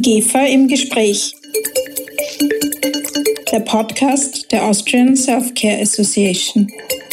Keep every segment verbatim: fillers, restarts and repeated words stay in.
IGEFA im Gespräch. Der Podcast der Austrian Self-Care Association.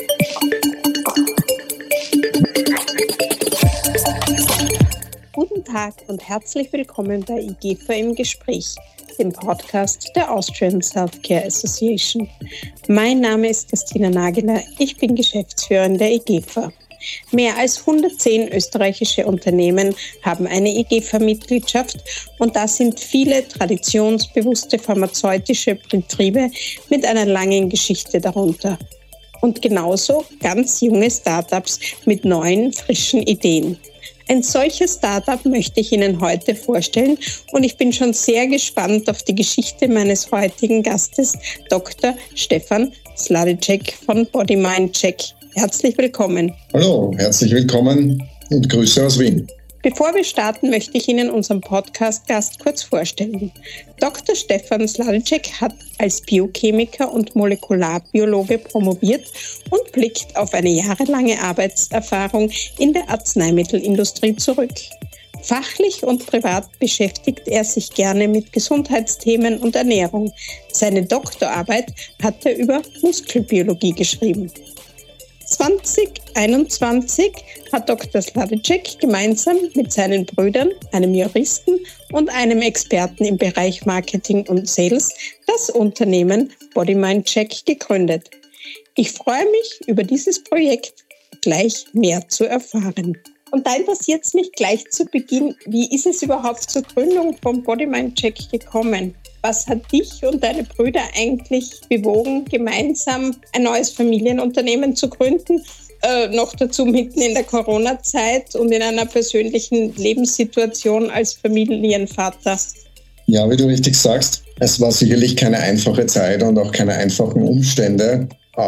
Guten Tag und herzlich willkommen bei IGEFA im Gespräch, dem Podcast der Austrian Self-Care Association. Mein Name ist Christina Nageler, ich bin Geschäftsführerin der IGEFA. Mehr als hundertzehn österreichische Unternehmen haben eine IGEFA-Mitgliedschaft und da sind viele traditionsbewusste pharmazeutische Betriebe mit einer langen Geschichte darunter. Und genauso ganz junge Startups mit neuen, frischen Ideen. Ein solches Startup möchte ich Ihnen heute vorstellen und ich bin schon sehr gespannt auf die Geschichte meines heutigen Gastes, Doktor Stefan Sladicek von Body Mind Check. Herzlich willkommen. Hallo, herzlich willkommen und Grüße aus Wien. Bevor wir starten, möchte ich Ihnen unseren Podcast-Gast kurz vorstellen. Doktor Stefan Sladicek hat als Biochemiker und Molekularbiologe promoviert und blickt auf eine jahrelange Arbeitserfahrung in der Arzneimittelindustrie zurück. Fachlich und privat beschäftigt er sich gerne mit Gesundheitsthemen und Ernährung. Seine Doktorarbeit hat er über Muskelbiologie geschrieben. zwanzig einundzwanzig hat Doktor Sladicek gemeinsam mit seinen Brüdern, einem Juristen und einem Experten im Bereich Marketing und Sales, das Unternehmen Body Mind Check gegründet. Ich freue mich, über dieses Projekt gleich mehr zu erfahren. Und da interessiert es mich gleich zu Beginn, wie ist es überhaupt zur Gründung von Body Mind Check gekommen? Was hat dich und deine Brüder eigentlich bewogen, gemeinsam ein neues Familienunternehmen zu gründen? Äh, noch dazu mitten in der Corona-Zeit und in einer persönlichen Lebenssituation als Familienvater. Ja, wie du richtig sagst, es war sicherlich keine einfache Zeit und auch keine einfachen Umstände,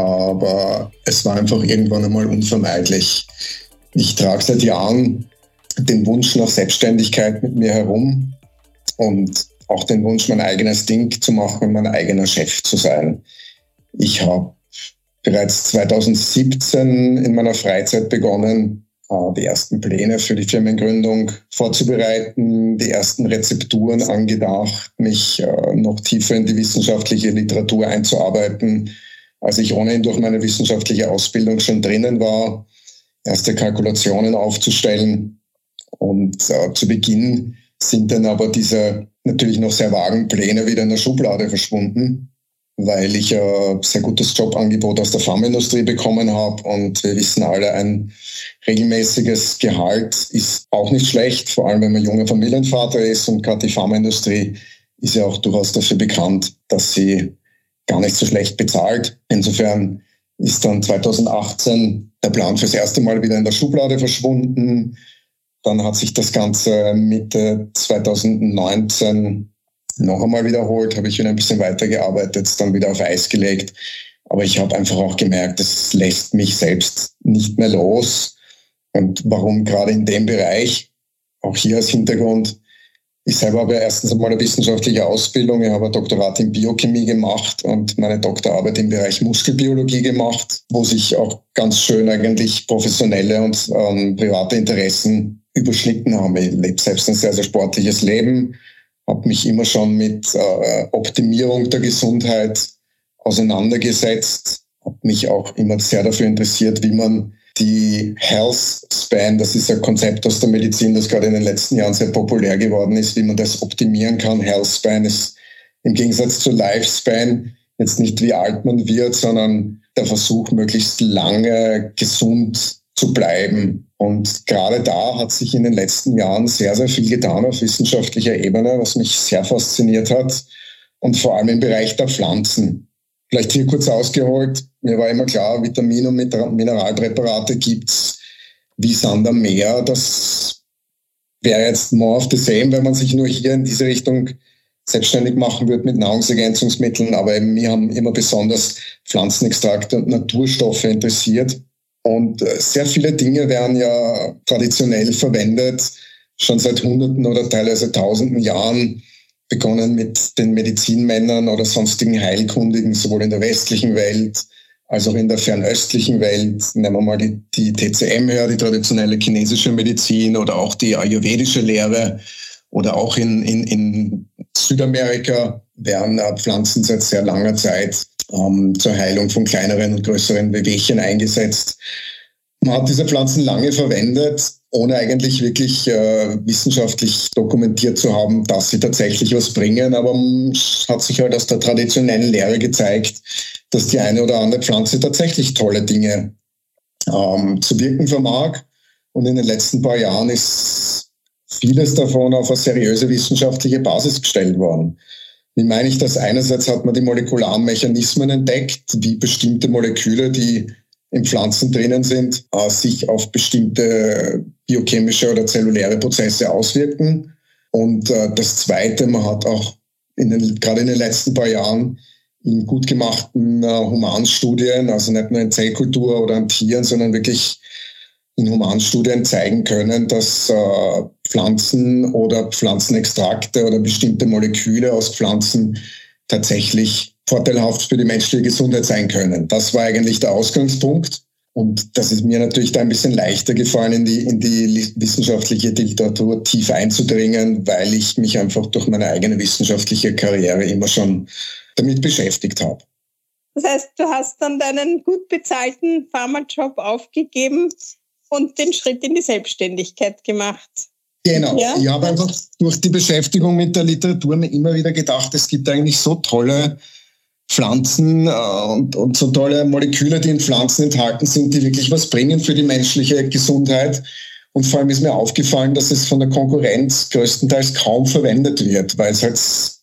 aber es war einfach irgendwann einmal unvermeidlich. Ich trage seit Jahren den Wunsch nach Selbstständigkeit mit mir herum und auch den Wunsch, mein eigenes Ding zu machen und mein eigener Chef zu sein. Ich habe bereits zweitausendsiebzehn in meiner Freizeit begonnen, die ersten Pläne für die Firmengründung vorzubereiten, die ersten Rezepturen angedacht, mich noch tiefer in die wissenschaftliche Literatur einzuarbeiten, als ich ohnehin durch meine wissenschaftliche Ausbildung schon drinnen war, erste Kalkulationen aufzustellen. Und äh, zu Beginn sind dann aber diese natürlich noch sehr vagen Pläne wieder in der Schublade verschwunden, weil ich ein sehr gutes Jobangebot aus der Pharmaindustrie bekommen habe. Und wir wissen alle, ein regelmäßiges Gehalt ist auch nicht schlecht, vor allem wenn man junger Familienvater ist. Und gerade die Pharmaindustrie ist ja auch durchaus dafür bekannt, dass sie gar nicht so schlecht bezahlt. Insofern ist dann zweitausendachtzehn der Plan fürs erste Mal wieder in der Schublade verschwunden. Dann hat sich das Ganze Mitte zweitausendneunzehn noch einmal wiederholt, habe ich wieder ein bisschen weitergearbeitet, dann wieder auf Eis gelegt. Aber ich habe einfach auch gemerkt, es lässt mich selbst nicht mehr los. Und warum gerade in dem Bereich? Auch hier als Hintergrund. Ich selber habe ja erstens einmal eine wissenschaftliche Ausbildung. Ich habe ein Doktorat in Biochemie gemacht und meine Doktorarbeit im Bereich Muskelbiologie gemacht, wo sich auch ganz schön eigentlich professionelle und ähm, private Interessen überschnitten haben. Ich lebe selbst ein sehr, sehr sportliches Leben, habe mich immer schon mit äh, Optimierung der Gesundheit auseinandergesetzt, habe mich auch immer sehr dafür interessiert, wie man die Health Span, das ist ein Konzept aus der Medizin, das gerade in den letzten Jahren sehr populär geworden ist, wie man das optimieren kann. Health Span ist im Gegensatz zu Lifespan jetzt nicht wie alt man wird, sondern der Versuch, möglichst lange gesund zu bleiben. Und gerade da hat sich in den letzten Jahren sehr, sehr viel getan auf wissenschaftlicher Ebene, was mich sehr fasziniert hat und vor allem im Bereich der Pflanzen. Vielleicht hier kurz ausgeholt, mir war immer klar, Vitamin- und Mineralpräparate gibt's wie Sand am Meer. Das wäre jetzt more of the same, wenn man sich nur hier in diese Richtung selbstständig machen würde mit Nahrungsergänzungsmitteln. Aber eben, mir haben immer besonders Pflanzenextrakte und Naturstoffe interessiert. Und sehr viele Dinge werden ja traditionell verwendet, schon seit Hunderten oder teilweise Tausenden Jahren, begonnen mit den Medizinmännern oder sonstigen Heilkundigen, sowohl in der westlichen Welt als auch in der fernöstlichen Welt. Nehmen wir mal die, die T C M her, die traditionelle chinesische Medizin oder auch die ayurvedische Lehre. oder auch in, in, in Südamerika werden Pflanzen seit sehr langer Zeit ähm, zur Heilung von kleineren und größeren Wehwehchen eingesetzt. Man hat diese Pflanzen lange verwendet, ohne eigentlich wirklich äh, wissenschaftlich dokumentiert zu haben, dass sie tatsächlich was bringen. Aber es hat sich halt aus der traditionellen Lehre gezeigt, dass die eine oder andere Pflanze tatsächlich tolle Dinge ähm, zu wirken vermag. Und in den letzten paar Jahren ist vieles davon auf eine seriöse wissenschaftliche Basis gestellt worden. Wie meine ich das? Einerseits hat man die molekularen Mechanismen entdeckt, wie bestimmte Moleküle, die in Pflanzen drinnen sind, äh, sich auf bestimmte biochemische oder zelluläre Prozesse auswirken. Und äh, das Zweite, man hat auch in den, gerade in den letzten paar Jahren in gut gemachten äh, Humanstudien, also nicht nur in Zellkultur oder an Tieren, sondern wirklich in Humanstudien zeigen können, dass äh, Pflanzen oder Pflanzenextrakte oder bestimmte Moleküle aus Pflanzen tatsächlich vorteilhaft für die menschliche Gesundheit sein können. Das war eigentlich der Ausgangspunkt. Und das ist mir natürlich da ein bisschen leichter gefallen, in die, in die wissenschaftliche Literatur tief einzudringen, weil ich mich einfach durch meine eigene wissenschaftliche Karriere immer schon damit beschäftigt habe. Das heißt, du hast dann deinen gut bezahlten Pharmajob aufgegeben und den Schritt in die Selbstständigkeit gemacht. Genau. Ja? Ich habe einfach durch die Beschäftigung mit der Literatur mir immer wieder gedacht, es gibt eigentlich so tolle Pflanzen äh, und, und so tolle Moleküle, die in Pflanzen enthalten sind, die wirklich was bringen für die menschliche Gesundheit. Und vor allem ist mir aufgefallen, dass es von der Konkurrenz größtenteils kaum verwendet wird, weil es halt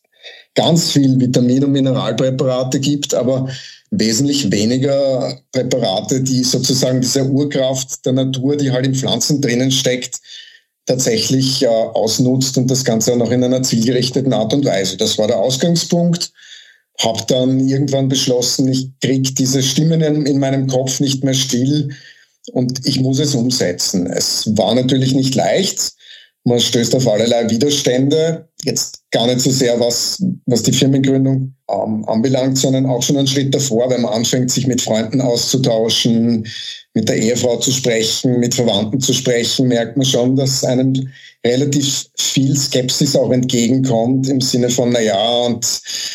ganz viel Vitamin- und Mineralpräparate gibt, aber wesentlich weniger Präparate, die sozusagen diese Urkraft der Natur, die halt in Pflanzen drinnen steckt, tatsächlich äh, ausnutzt und das Ganze auch noch in einer zielgerichteten Art und Weise. Das war der Ausgangspunkt. Habe dann irgendwann beschlossen, ich kriege diese Stimmen in, in meinem Kopf nicht mehr still und ich muss es umsetzen. Es war natürlich nicht leicht. Man stößt auf allerlei Widerstände. Jetzt gar nicht so sehr, was, was die Firmengründung ähm, anbelangt, sondern auch schon einen Schritt davor, wenn man anfängt, sich mit Freunden auszutauschen, mit der Ehefrau zu sprechen, mit Verwandten zu sprechen, merkt man schon, dass einem relativ viel Skepsis auch entgegenkommt im Sinne von, na ja, und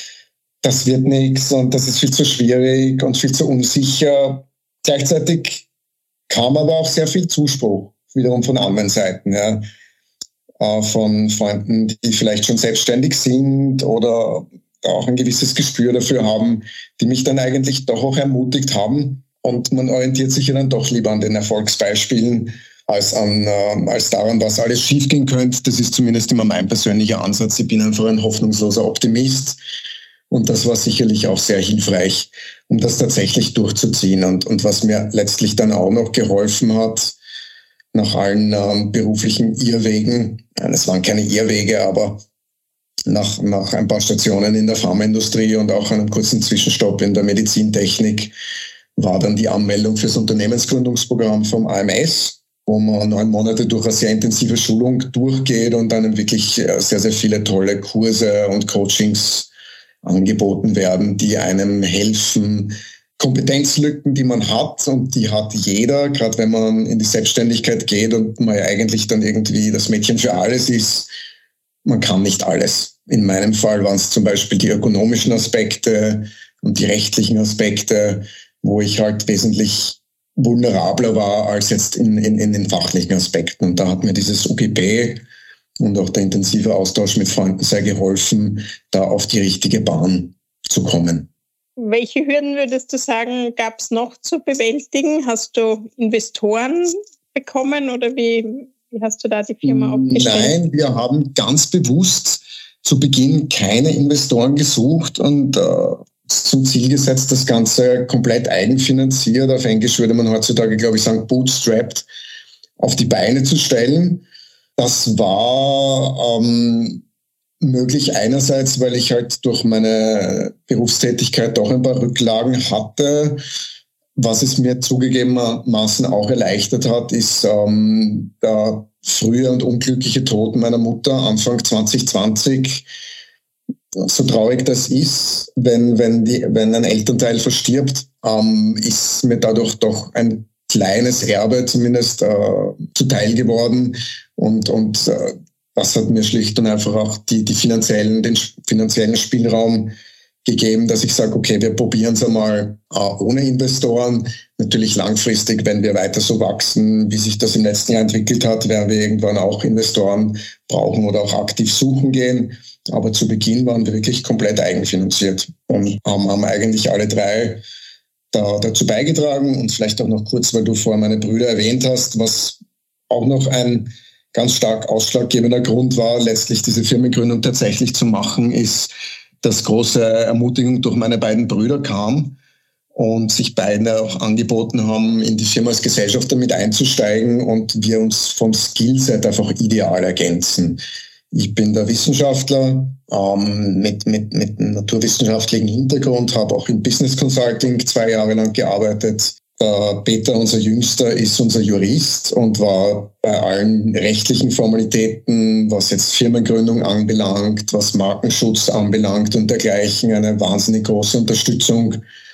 das wird nichts und das ist viel zu schwierig und viel zu unsicher. Gleichzeitig kam aber auch sehr viel Zuspruch, wiederum von anderen Seiten, ja. Von Freunden, die vielleicht schon selbstständig sind oder auch ein gewisses Gespür dafür haben, die mich dann eigentlich doch auch ermutigt haben. Und man orientiert sich ja dann doch lieber an den Erfolgsbeispielen als, an, äh, als daran, was alles schiefgehen könnte. Das ist zumindest immer mein persönlicher Ansatz. Ich bin einfach ein hoffnungsloser Optimist. Und das war sicherlich auch sehr hilfreich, um das tatsächlich durchzuziehen. Und, und was mir letztlich dann auch noch geholfen hat, nach allen ähm, beruflichen Irrwegen, es waren keine Irrwege, aber nach, nach ein paar Stationen in der Pharmaindustrie und auch einem kurzen Zwischenstopp in der Medizintechnik war dann die Anmeldung fürs Unternehmensgründungsprogramm vom A M S, wo man neun Monate durch eine sehr intensive Schulung durchgeht und dann wirklich sehr, sehr viele tolle Kurse und Coachings angeboten werden, die einem helfen, Kompetenzlücken, die man hat, und die hat jeder, gerade wenn man in die Selbstständigkeit geht und man ja eigentlich dann irgendwie das Mädchen für alles ist. Man kann nicht alles. In meinem Fall waren es zum Beispiel die ökonomischen Aspekte und die rechtlichen Aspekte, wo ich halt wesentlich vulnerabler war als jetzt in, in, in den fachlichen Aspekten. Und da hat mir dieses U G B und auch der intensive Austausch mit Freunden sehr geholfen, da auf die richtige Bahn zu kommen. Welche Hürden würdest du sagen, gab es noch zu bewältigen? Hast du Investoren bekommen oder wie, wie hast du da die Firma aufgestellt? Nein, wir haben ganz bewusst zu Beginn keine Investoren gesucht und äh, zum Ziel gesetzt, das Ganze komplett eigenfinanziert, auf Englisch würde man heutzutage, glaube ich, sagen, bootstrapped, auf die Beine zu stellen. Das war ähm, möglich einerseits, weil ich halt durch meine Berufstätigkeit doch ein paar Rücklagen hatte. Was es mir zugegebenermaßen auch erleichtert hat, ist ähm, der frühe und unglückliche Tod meiner Mutter Anfang zwanzig zwanzig. So traurig das ist, wenn, wenn, die, wenn ein Elternteil verstirbt, ähm, ist mir dadurch doch ein kleines Erbe zumindest äh, zuteil geworden. Und, und äh, das hat mir schlicht und einfach auch die, die finanziellen, den finanziellen Spielraum gegeben, dass ich sage, okay, wir probieren es einmal äh, ohne Investoren. Natürlich langfristig, wenn wir weiter so wachsen, wie sich das im letzten Jahr entwickelt hat, werden wir irgendwann auch Investoren brauchen oder auch aktiv suchen gehen. Aber zu Beginn waren wir wirklich komplett eigenfinanziert und haben, haben eigentlich alle drei da, dazu beigetragen. Und vielleicht auch noch kurz, weil du vorher meine Brüder erwähnt hast, was auch noch ein ganz stark ausschlaggebender Grund war, letztlich diese Firmengründung tatsächlich zu machen, ist, dass große Ermutigung durch meine beiden Brüder kam und sich beide auch angeboten haben, in die Firma als Gesellschafter mit einzusteigen und wir uns vom Skillset einfach ideal ergänzen. Ich bin der Wissenschaftler ähm, mit, mit, mit einem naturwissenschaftlichen Hintergrund, habe auch im Business Consulting zwei Jahre lang gearbeitet. Der Peter, unser Jüngster, ist unser Jurist und war bei allen rechtlichen Formalitäten, was jetzt Firmengründung anbelangt, was Markenschutz anbelangt und dergleichen, eine wahnsinnig große Unterstützung.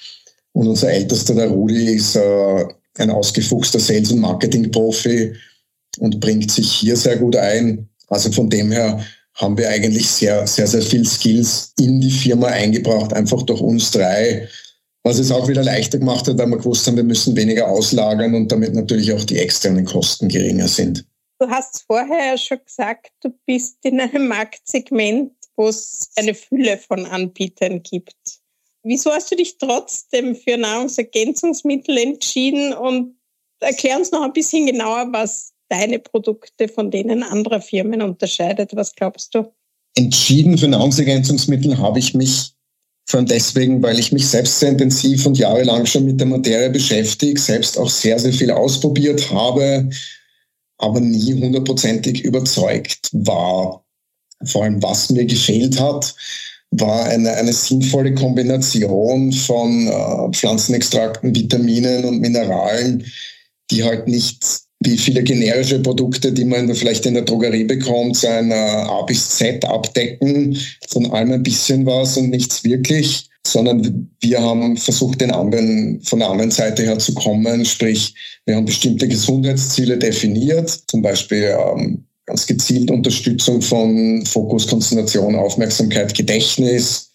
Und unser Ältester, der Rudi, ist äh, ein ausgefuchster Sales- und Marketing-Profi und bringt sich hier sehr gut ein. Also von dem her haben wir eigentlich sehr, sehr, sehr viel Skills in die Firma eingebracht, einfach durch uns drei. Was es auch wieder leichter gemacht hat, weil wir gewusst haben, wir müssen weniger auslagern und damit natürlich auch die externen Kosten geringer sind. Du hast vorher ja schon gesagt, du bist in einem Marktsegment, wo es eine Fülle von Anbietern gibt. Wieso hast du dich trotzdem für Nahrungsergänzungsmittel entschieden? Und erklär uns noch ein bisschen genauer, was deine Produkte von denen anderer Firmen unterscheidet. Was glaubst du? Entschieden für Nahrungsergänzungsmittel habe ich mich vor allem deswegen, weil ich mich selbst sehr intensiv und jahrelang schon mit der Materie beschäftige, selbst auch sehr, sehr viel ausprobiert habe, aber nie hundertprozentig überzeugt war. Vor allem, was mir gefehlt hat, war eine, eine sinnvolle Kombination von äh, Pflanzenextrakten, Vitaminen und Mineralen, die halt nicht wie viele generische Produkte, die man vielleicht in der Drogerie bekommt, so ein A bis Z abdecken, von allem ein bisschen was und nichts wirklich, sondern wir haben versucht, den anderen, von der anderen Seite her zu kommen, sprich, wir haben bestimmte Gesundheitsziele definiert, zum Beispiel ähm, ganz gezielt Unterstützung von Fokus, Konzentration, Aufmerksamkeit, Gedächtnis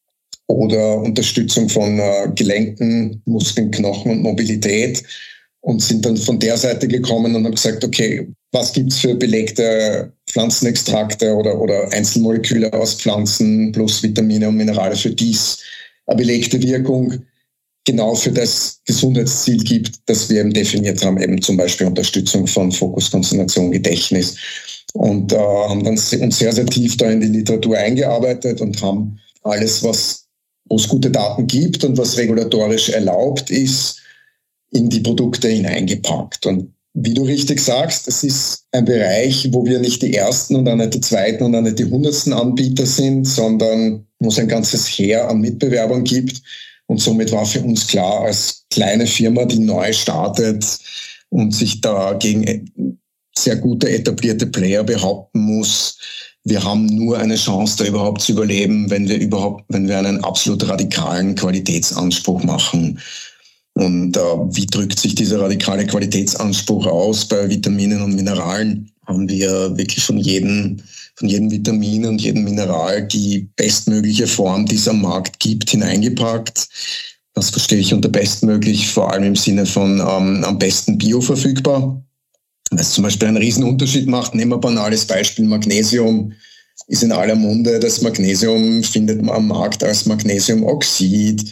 oder Unterstützung von äh, Gelenken, Muskeln, Knochen und Mobilität. Und sind dann von der Seite gekommen und haben gesagt, okay, was gibt's für belegte Pflanzenextrakte oder, oder Einzelmoleküle aus Pflanzen plus Vitamine und Minerale, für dies eine belegte Wirkung genau für das Gesundheitsziel gibt, das wir eben definiert haben, eben zum Beispiel Unterstützung von Fokus, Konzentration, Gedächtnis. Und äh, haben dann uns sehr, sehr tief da in die Literatur eingearbeitet und haben alles, was wo es gute Daten gibt und was regulatorisch erlaubt ist, in die Produkte hineingepackt. Und wie du richtig sagst, es ist ein Bereich, wo wir nicht die ersten und auch nicht die zweiten und auch nicht die hundertsten Anbieter sind, sondern wo es ein ganzes Heer an Mitbewerbern gibt. Und somit war für uns klar, als kleine Firma, die neu startet und sich da gegen sehr gute etablierte Player behaupten muss, wir haben nur eine Chance, da überhaupt zu überleben, wenn wir überhaupt, wenn wir einen absolut radikalen Qualitätsanspruch machen. Und äh, wie drückt sich dieser radikale Qualitätsanspruch aus? Bei Vitaminen und Mineralen haben wir wirklich von jedem, von jedem Vitamin und jedem Mineral die bestmögliche Form, die es am Markt gibt, hineingepackt. Das verstehe ich unter bestmöglich, vor allem im Sinne von ähm, am besten bioverfügbar. Weil es zum Beispiel einen riesen Unterschied macht. Nehmen wir ein banales Beispiel, Magnesium ist in aller Munde. Das Magnesium findet man am Markt als Magnesiumoxid,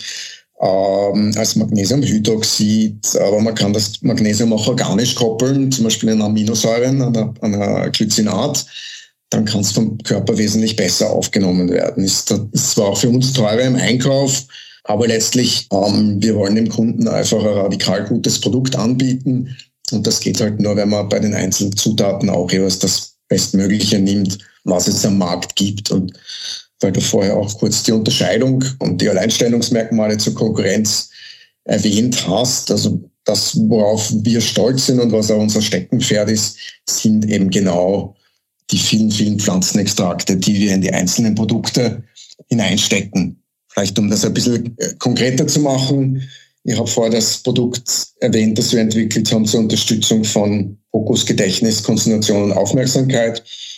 Ähm, als Magnesiumhydroxid, aber man kann das Magnesium auch organisch koppeln, zum Beispiel in Aminosäuren, an einer, an einer Glycinat, dann kann es vom Körper wesentlich besser aufgenommen werden. Ist, ist zwar auch für uns teurer im Einkauf, aber letztlich, ähm, wir wollen dem Kunden einfach ein radikal gutes Produkt anbieten und das geht halt nur, wenn man bei den einzelnen Zutaten auch jeweils das Bestmögliche nimmt, was es am Markt gibt. Und weil du vorher auch kurz die Unterscheidung und die Alleinstellungsmerkmale zur Konkurrenz erwähnt hast. Also das, worauf wir stolz sind und was auch unser Steckenpferd ist, sind eben genau die vielen, vielen Pflanzenextrakte, die wir in die einzelnen Produkte hineinstecken. Vielleicht um das ein bisschen konkreter zu machen. Ich habe vorher das Produkt erwähnt, das wir entwickelt haben zur Unterstützung von Fokus, Gedächtnis, Konzentration und Aufmerksamkeit.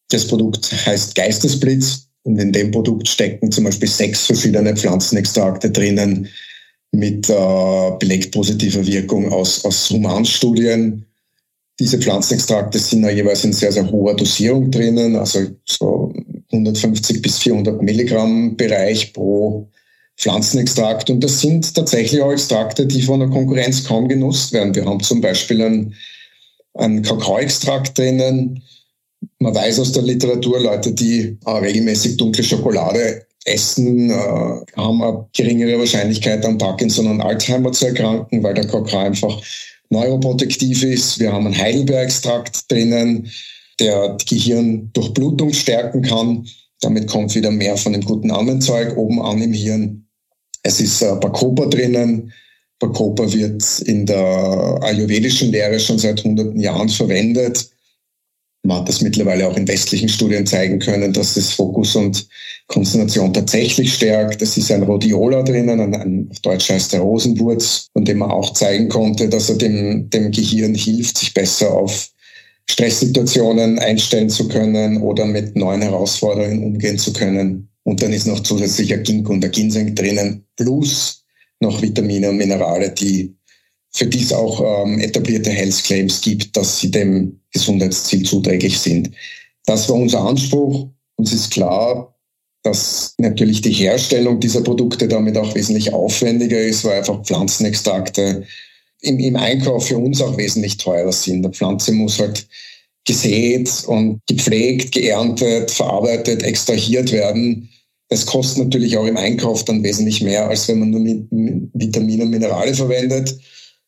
Das Produkt heißt Geistesblitz und in dem Produkt stecken zum Beispiel sechs verschiedene Pflanzenextrakte drinnen mit äh, belegt positiver Wirkung aus, aus Humanstudien. Diese Pflanzenextrakte sind da jeweils in sehr, sehr hoher Dosierung drinnen, also so hundertfünfzig bis vierhundert Milligramm Bereich pro Pflanzenextrakt. Und das sind tatsächlich auch Extrakte, die von der Konkurrenz kaum genutzt werden. Wir haben zum Beispiel einen, einen Kakaoextrakt drinnen. Man weiß aus der Literatur, Leute, die äh, regelmäßig dunkle Schokolade essen, äh, haben eine geringere Wahrscheinlichkeit an Parkinson und Alzheimer zu erkranken, weil der Kakao einfach neuroprotektiv ist. Wir haben einen Heidelbeerextrakt drinnen, der die Gehirndurchblutung stärken kann. Damit kommt wieder mehr von dem guten Ammenzeug oben an im Hirn. Es ist äh, Bacopa drinnen. Bacopa wird in der ayurvedischen Lehre schon seit hunderten Jahren verwendet. Man hat das mittlerweile auch in westlichen Studien zeigen können, dass das Fokus und Konzentration tatsächlich stärkt. Es ist ein Rhodiola drinnen, ein, ein, auf Deutsch heißt der Rosenwurz, von dem man auch zeigen konnte, dass er dem, dem Gehirn hilft, sich besser auf Stresssituationen einstellen zu können oder mit neuen Herausforderungen umgehen zu können. Und dann ist noch zusätzlich ein Ginkgo und ein Ginseng drinnen, plus noch Vitamine und Minerale, die für die es auch ähm, etablierte Health Claims gibt, dass sie dem Gesundheitsziel zuträglich sind. Das war unser Anspruch. Uns ist klar, dass natürlich die Herstellung dieser Produkte damit auch wesentlich aufwendiger ist, weil einfach Pflanzenextrakte im, im Einkauf für uns auch wesentlich teurer sind. Die Pflanze muss halt gesät und gepflegt, geerntet, verarbeitet, extrahiert werden. Das kostet natürlich auch im Einkauf dann wesentlich mehr, als wenn man nur mit, mit Vitamine und Minerale verwendet.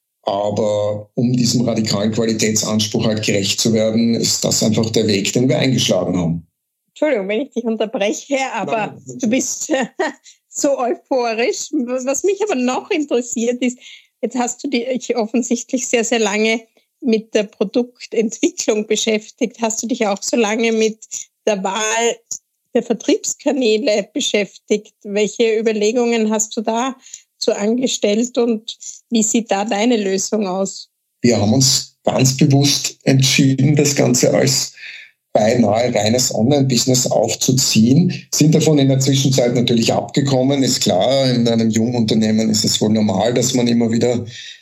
Aber um diesem radikalen Qualitätsanspruch halt gerecht zu werden, ist das einfach der Weg, den wir eingeschlagen haben. Entschuldigung, wenn ich dich unterbreche, aber Nein, du bist so euphorisch. Was mich aber noch interessiert ist, jetzt hast du dich offensichtlich sehr, sehr lange mit der Produktentwicklung beschäftigt. Hast du dich auch so lange mit der Wahl der Vertriebskanäle beschäftigt? Welche Überlegungen hast du da so angestellt und wie sieht da deine Lösung aus? Wir haben uns ganz bewusst entschieden, das Ganze als beinahe reines Online-Business aufzuziehen, sind davon in der Zwischenzeit natürlich abgekommen. Ist klar, in einem jungen Unternehmen ist es wohl normal, dass man immer wieder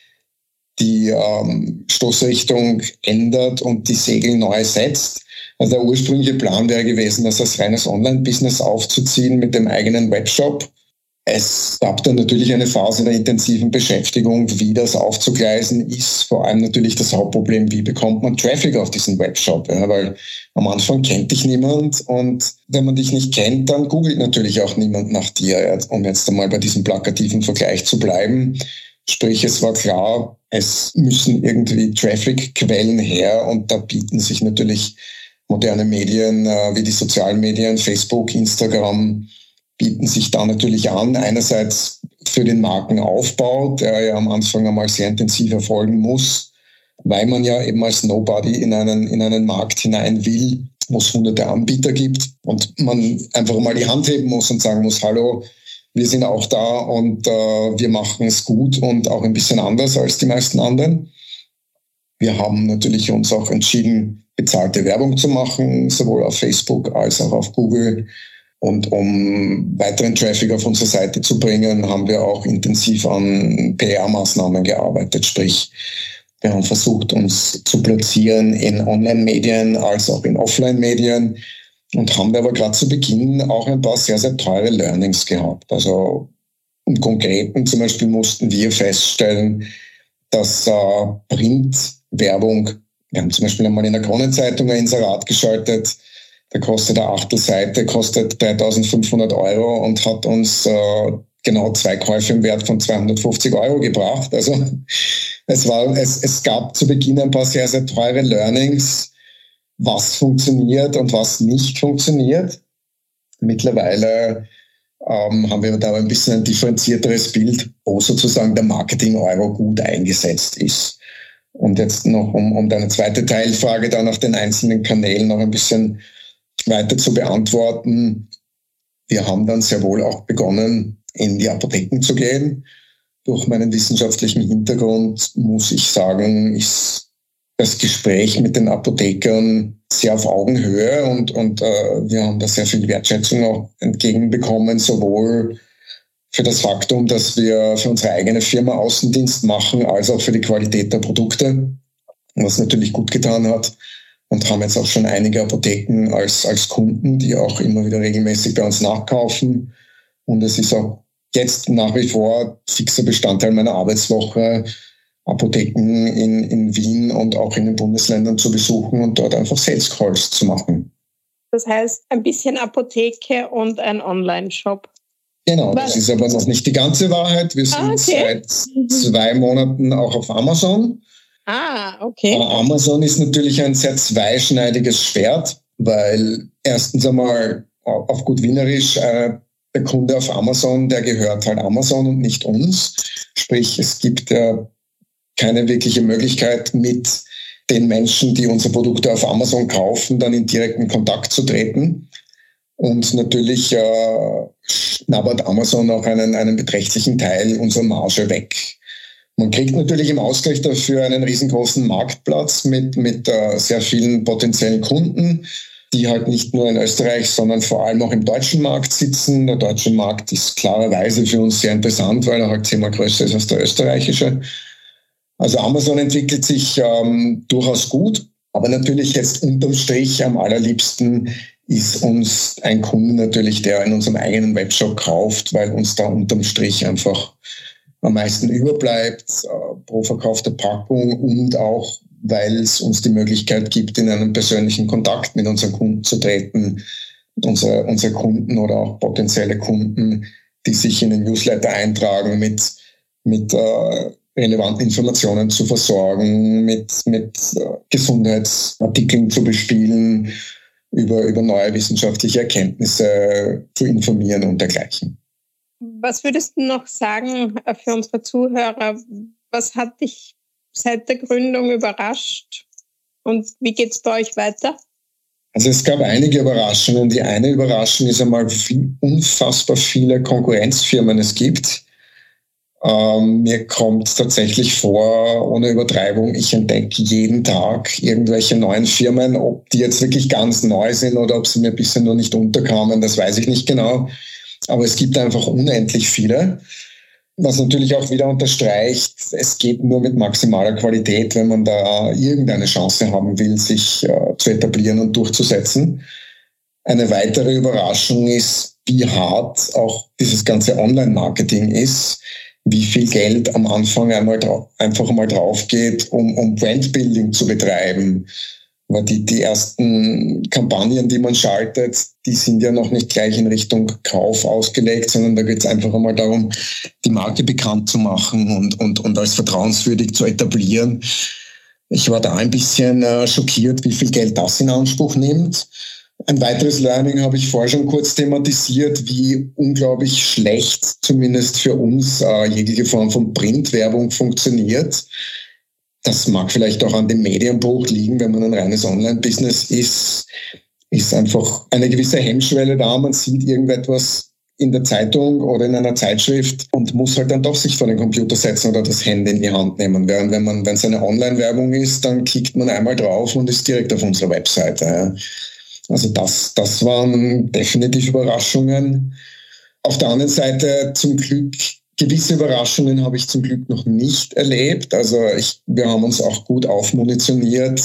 die ähm, Stoßrichtung ändert und die Segel neu setzt. Also der ursprüngliche Plan wäre gewesen, das als reines Online-Business aufzuziehen mit dem eigenen Webshop. Es gab dann natürlich eine Phase der intensiven Beschäftigung, wie das aufzugleisen ist. Vor allem natürlich das Hauptproblem, wie bekommt man Traffic auf diesen Webshop? Ja, weil am Anfang kennt dich niemand und wenn man dich nicht kennt, dann googelt natürlich auch niemand nach dir, um jetzt einmal bei diesem plakativen Vergleich zu bleiben. Sprich, es war klar, es müssen irgendwie Traffic-Quellen her und da bieten sich natürlich moderne Medien wie die sozialen Medien, Facebook, Instagram, bieten sich da natürlich an. Einerseits für den Markenaufbau, der ja am Anfang einmal sehr intensiv erfolgen muss, weil man ja eben als Nobody in einen, in einen Markt hinein will, wo es hunderte Anbieter gibt und man einfach mal die Hand heben muss und sagen muss, hallo, wir sind auch da und äh, wir machen es gut und auch ein bisschen anders als die meisten anderen. Wir haben natürlich uns auch entschieden, bezahlte Werbung zu machen, sowohl auf Facebook als auch auf Google. Und um weiteren Traffic auf unsere Seite zu bringen, haben wir auch intensiv an P R-Maßnahmen gearbeitet. Sprich, wir haben versucht, uns zu platzieren in Online-Medien als auch in Offline-Medien und haben aber gerade zu Beginn auch ein paar sehr, sehr teure Learnings gehabt. Also im Konkreten zum Beispiel mussten wir feststellen, dass äh, Printwerbung, wir haben zum Beispiel einmal in der Kronenzeitung ein Inserat geschaltet, da kostet eine Achtelseite, kostet dreitausendfünfhundert Euro und hat uns äh, genau zwei Käufe im Wert von zweihundertfünfzig Euro gebracht. Also es war, es, es gab zu Beginn ein paar sehr, sehr teure Learnings, was funktioniert und was nicht funktioniert. Mittlerweile ähm, haben wir da ein bisschen ein differenzierteres Bild, wo sozusagen der Marketing-Euro gut eingesetzt ist. Und jetzt noch, um, um deine zweite Teilfrage da nach den einzelnen Kanälen noch ein bisschen weiter zu beantworten. Wir haben dann sehr wohl auch begonnen, in die Apotheken zu gehen. Durch meinen wissenschaftlichen Hintergrund muss ich sagen, ist das Gespräch mit den Apothekern sehr auf Augenhöhe und, und äh, wir haben da sehr viel Wertschätzung auch entgegenbekommen, sowohl für das Faktum, dass wir für unsere eigene Firma Außendienst machen, als auch für die Qualität der Produkte, was natürlich gut getan hat. Und haben jetzt auch schon einige Apotheken als, als Kunden, die auch immer wieder regelmäßig bei uns nachkaufen. Und es ist auch jetzt nach wie vor fixer Bestandteil meiner Arbeitswoche, Apotheken in, in Wien und auch in den Bundesländern zu besuchen und dort einfach Sales Calls zu machen. Das heißt, ein bisschen Apotheke und ein Online-Shop. Genau, Was? das ist aber noch nicht die ganze Wahrheit. Wir sind Ah, okay. seit zwei Monaten auch auf Amazon. Ah, okay. Amazon ist natürlich ein sehr zweischneidiges Schwert, weil erstens einmal auf gut Wienerisch, äh, der Kunde auf Amazon, der gehört halt Amazon und nicht uns. Sprich, es gibt ja keine wirkliche Möglichkeit, mit den Menschen, die unsere Produkte auf Amazon kaufen, dann in direkten Kontakt zu treten. Und natürlich äh, schnabbert Amazon auch einen, einen beträchtlichen Teil unserer Marge weg. Man kriegt natürlich im Ausgleich dafür einen riesengroßen Marktplatz mit, mit äh, sehr vielen potenziellen Kunden, die halt nicht nur in Österreich, sondern vor allem auch im deutschen Markt sitzen. Der deutsche Markt ist klarerweise für uns sehr interessant, weil er halt zehnmal größer ist als der österreichische. Also Amazon entwickelt sich ähm, durchaus gut, aber natürlich jetzt unterm Strich am allerliebsten ist uns ein Kunde natürlich, der in unserem eigenen Webshop kauft, weil uns da unterm Strich einfach am meisten überbleibt äh, pro verkaufte Packung und auch, weil es uns die Möglichkeit gibt, in einen persönlichen Kontakt mit unseren Kunden zu treten. Unsere, unsere Kunden oder auch potenzielle Kunden, die sich in den Newsletter eintragen, mit, mit äh, relevanten Informationen zu versorgen, mit, mit äh, Gesundheitsartikeln zu bespielen, über, über neue wissenschaftliche Erkenntnisse zu informieren und dergleichen. Was würdest du noch sagen für unsere Zuhörer? Was hat dich seit der Gründung überrascht und wie geht es bei euch weiter? Also es gab einige Überraschungen. Die eine Überraschung ist einmal, wie unfassbar viele Konkurrenzfirmen es gibt. Ähm, mir kommt tatsächlich vor, ohne Übertreibung, ich entdecke jeden Tag irgendwelche neuen Firmen. Ob die jetzt wirklich ganz neu sind oder ob sie mir bisher nur nicht unterkamen, das weiß ich nicht genau. Aber es gibt einfach unendlich viele, was natürlich auch wieder unterstreicht, es geht nur mit maximaler Qualität, wenn man da irgendeine Chance haben will, sich äh, zu etablieren und durchzusetzen. Eine weitere Überraschung ist, wie hart auch dieses ganze Online-Marketing ist, wie viel Geld am Anfang einmal dra- einfach mal drauf geht, um, um Brandbuilding zu betreiben. Weil die, die ersten Kampagnen, die man schaltet, die sind ja noch nicht gleich in Richtung Kauf ausgelegt, sondern da geht es einfach einmal darum, die Marke bekannt zu machen und, und, und als vertrauenswürdig zu etablieren. Ich war da ein bisschen äh, schockiert, wie viel Geld das in Anspruch nimmt. Ein weiteres Learning habe ich vorher schon kurz thematisiert, wie unglaublich schlecht zumindest für uns äh, jegliche Form von Printwerbung funktioniert. Das mag vielleicht auch an dem Medienbruch liegen, wenn man ein reines Online-Business ist, ist einfach eine gewisse Hemmschwelle da. Man sieht irgendetwas in der Zeitung oder in einer Zeitschrift und muss halt dann doch sich vor den Computer setzen oder das Handy in die Hand nehmen. Während wenn man, wenn es eine Online-Werbung ist, dann klickt man einmal drauf und ist direkt auf unserer Webseite. Also das, das waren definitiv Überraschungen. Auf der anderen Seite zum Glück gewisse Überraschungen habe ich zum Glück noch nicht erlebt. Also ich, wir haben uns auch gut aufmunitioniert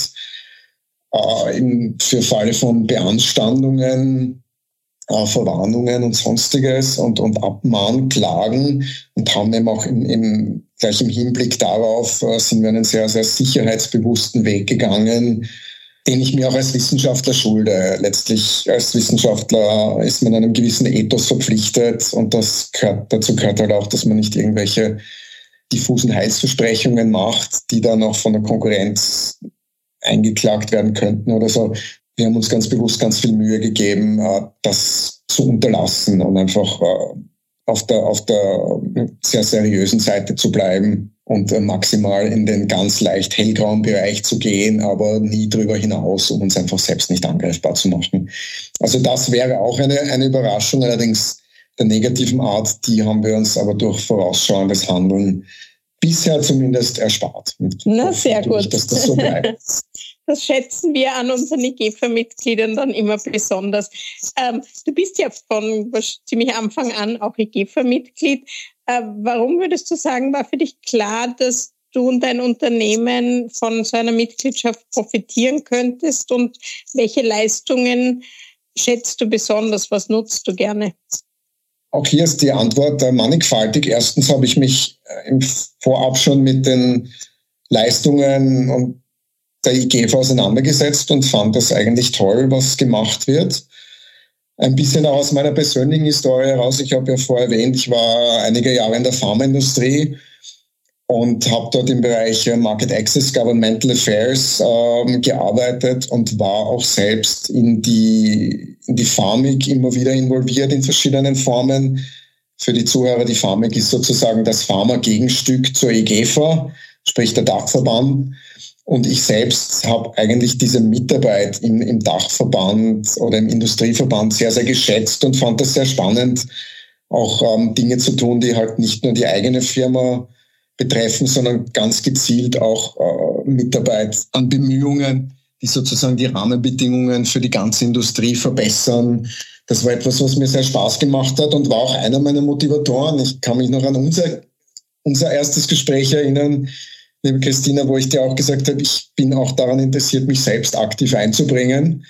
äh, im, für Falle von Beanstandungen, äh, Verwarnungen und Sonstiges und, und Abmahnklagen und haben eben auch im, im, gleich im Hinblick darauf äh, sind wir einen sehr, sehr sicherheitsbewussten Weg gegangen, den ich mir auch als Wissenschaftler schulde. Letztlich als Wissenschaftler ist man einem gewissen Ethos verpflichtet und das gehört, dazu gehört halt auch, dass man nicht irgendwelche diffusen Heilsversprechungen macht, die dann auch von der Konkurrenz eingeklagt werden könnten oder so. Wir haben uns ganz bewusst ganz viel Mühe gegeben, das zu unterlassen und einfach auf der, auf der sehr seriösen Seite zu bleiben und maximal in den ganz leicht hellgrauen Bereich zu gehen, aber nie drüber hinaus, um uns einfach selbst nicht angreifbar zu machen. Also das wäre auch eine, eine Überraschung, allerdings der negativen Art, die haben wir uns aber durch vorausschauendes Handeln bisher zumindest erspart. Und Na, sehr gut. dass das so bleibt. Das schätzen wir an unseren IGEFA-Mitgliedern dann immer besonders. Ähm, du bist ja von ziemlich Anfang an auch IGEFA-Mitglied. Äh, warum würdest du sagen, war für dich klar, dass du und dein Unternehmen von so einer Mitgliedschaft profitieren könntest? Und welche Leistungen schätzt du besonders? Was nutzt du gerne? Auch hier ist die Antwort mannigfaltig. Erstens habe ich mich im Vorab schon mit den Leistungen und der IGEFA auseinandergesetzt und fand das eigentlich toll, was gemacht wird. Ein bisschen auch aus meiner persönlichen Historie heraus. Ich habe ja vorher erwähnt, ich war einige Jahre in der Pharmaindustrie und habe dort im Bereich Market Access, Governmental Affairs ähm, gearbeitet und war auch selbst in die, in die Pharmik immer wieder involviert in verschiedenen Formen. Für die Zuhörer, die Pharmik ist sozusagen das Pharma-Gegenstück zur IGEFA, sprich der Dachverband. Und ich selbst habe eigentlich diese Mitarbeit im, im Dachverband oder im Industrieverband sehr, sehr geschätzt und fand das sehr spannend, auch ähm, Dinge zu tun, die halt nicht nur die eigene Firma betreffen, sondern ganz gezielt auch äh, Mitarbeit an Bemühungen, die sozusagen die Rahmenbedingungen für die ganze Industrie verbessern. Das war etwas, was mir sehr Spaß gemacht hat und war auch einer meiner Motivatoren. Ich kann mich noch an unser, unser erstes Gespräch erinnern, liebe Christina, wo ich dir auch gesagt habe, ich bin auch daran interessiert, mich selbst aktiv einzubringen.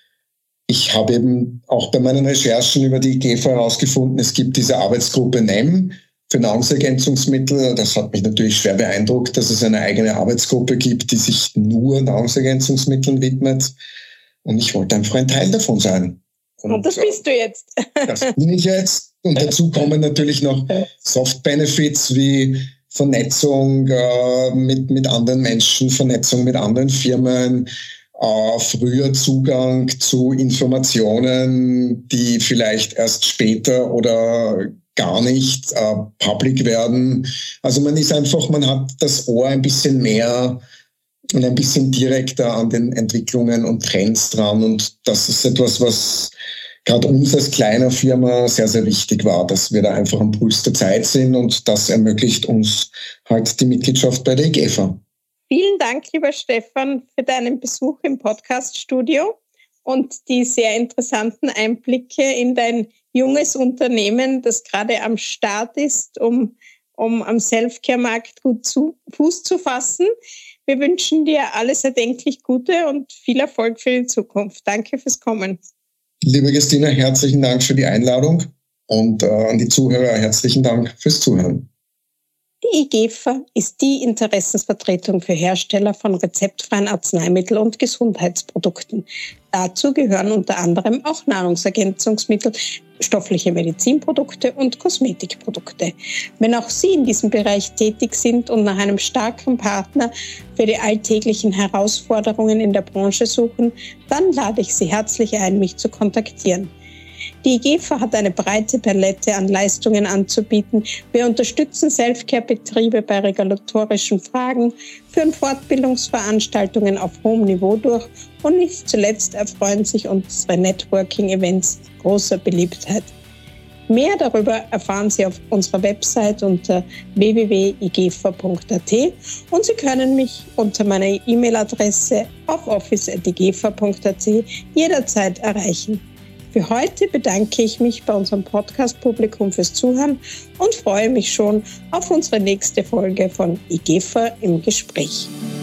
Ich habe eben auch bei meinen Recherchen über die IGEFA herausgefunden, es gibt diese Arbeitsgruppe N E M für Nahrungsergänzungsmittel. Das hat mich natürlich schwer beeindruckt, dass es eine eigene Arbeitsgruppe gibt, die sich nur Nahrungsergänzungsmitteln widmet. Und ich wollte einfach ein Teil davon sein. Und, Und das bist du jetzt. Das bin ich jetzt. Und dazu kommen natürlich noch Soft-Benefits wie Vernetzung äh, mit, mit anderen Menschen, Vernetzung mit anderen Firmen, äh, früher Zugang zu Informationen, die vielleicht erst später oder gar nicht äh, public werden. Also man ist einfach, man hat das Ohr ein bisschen mehr und ein bisschen direkter an den Entwicklungen und Trends dran. Und das ist etwas, was gerade uns als kleiner Firma sehr, sehr wichtig war, dass wir da einfach am Puls der Zeit sind, und das ermöglicht uns halt die Mitgliedschaft bei der IGEFA. Vielen Dank, lieber Stefan, für deinen Besuch im Podcast-Studio und die sehr interessanten Einblicke in dein junges Unternehmen, das gerade am Start ist, um, um am Selfcare-Markt gut zu, Fuß zu fassen. Wir wünschen dir alles erdenklich Gute und viel Erfolg für die Zukunft. Danke fürs Kommen. Liebe Christina, herzlichen Dank für die Einladung und äh, an die Zuhörer herzlichen Dank fürs Zuhören. Die IGEFA ist die Interessensvertretung für Hersteller von rezeptfreien Arzneimitteln und Gesundheitsprodukten. Dazu gehören unter anderem auch Nahrungsergänzungsmittel, stoffliche Medizinprodukte und Kosmetikprodukte. Wenn auch Sie in diesem Bereich tätig sind und nach einem starken Partner für die alltäglichen Herausforderungen in der Branche suchen, dann lade ich Sie herzlich ein, mich zu kontaktieren. Die IGEFA hat eine breite Palette an Leistungen anzubieten. Wir unterstützen Selfcare-Betriebe bei regulatorischen Fragen, führen Fortbildungsveranstaltungen auf hohem Niveau durch und nicht zuletzt erfreuen sich unsere Networking-Events großer Beliebtheit. Mehr darüber erfahren Sie auf unserer Website unter w w w punkt igefa punkt a t und Sie können mich unter meiner E-Mail-Adresse auf office at igefa punkt a t jederzeit erreichen. Für heute bedanke ich mich bei unserem Podcast-Publikum fürs Zuhören und freue mich schon auf unsere nächste Folge von IGEFA im Gespräch.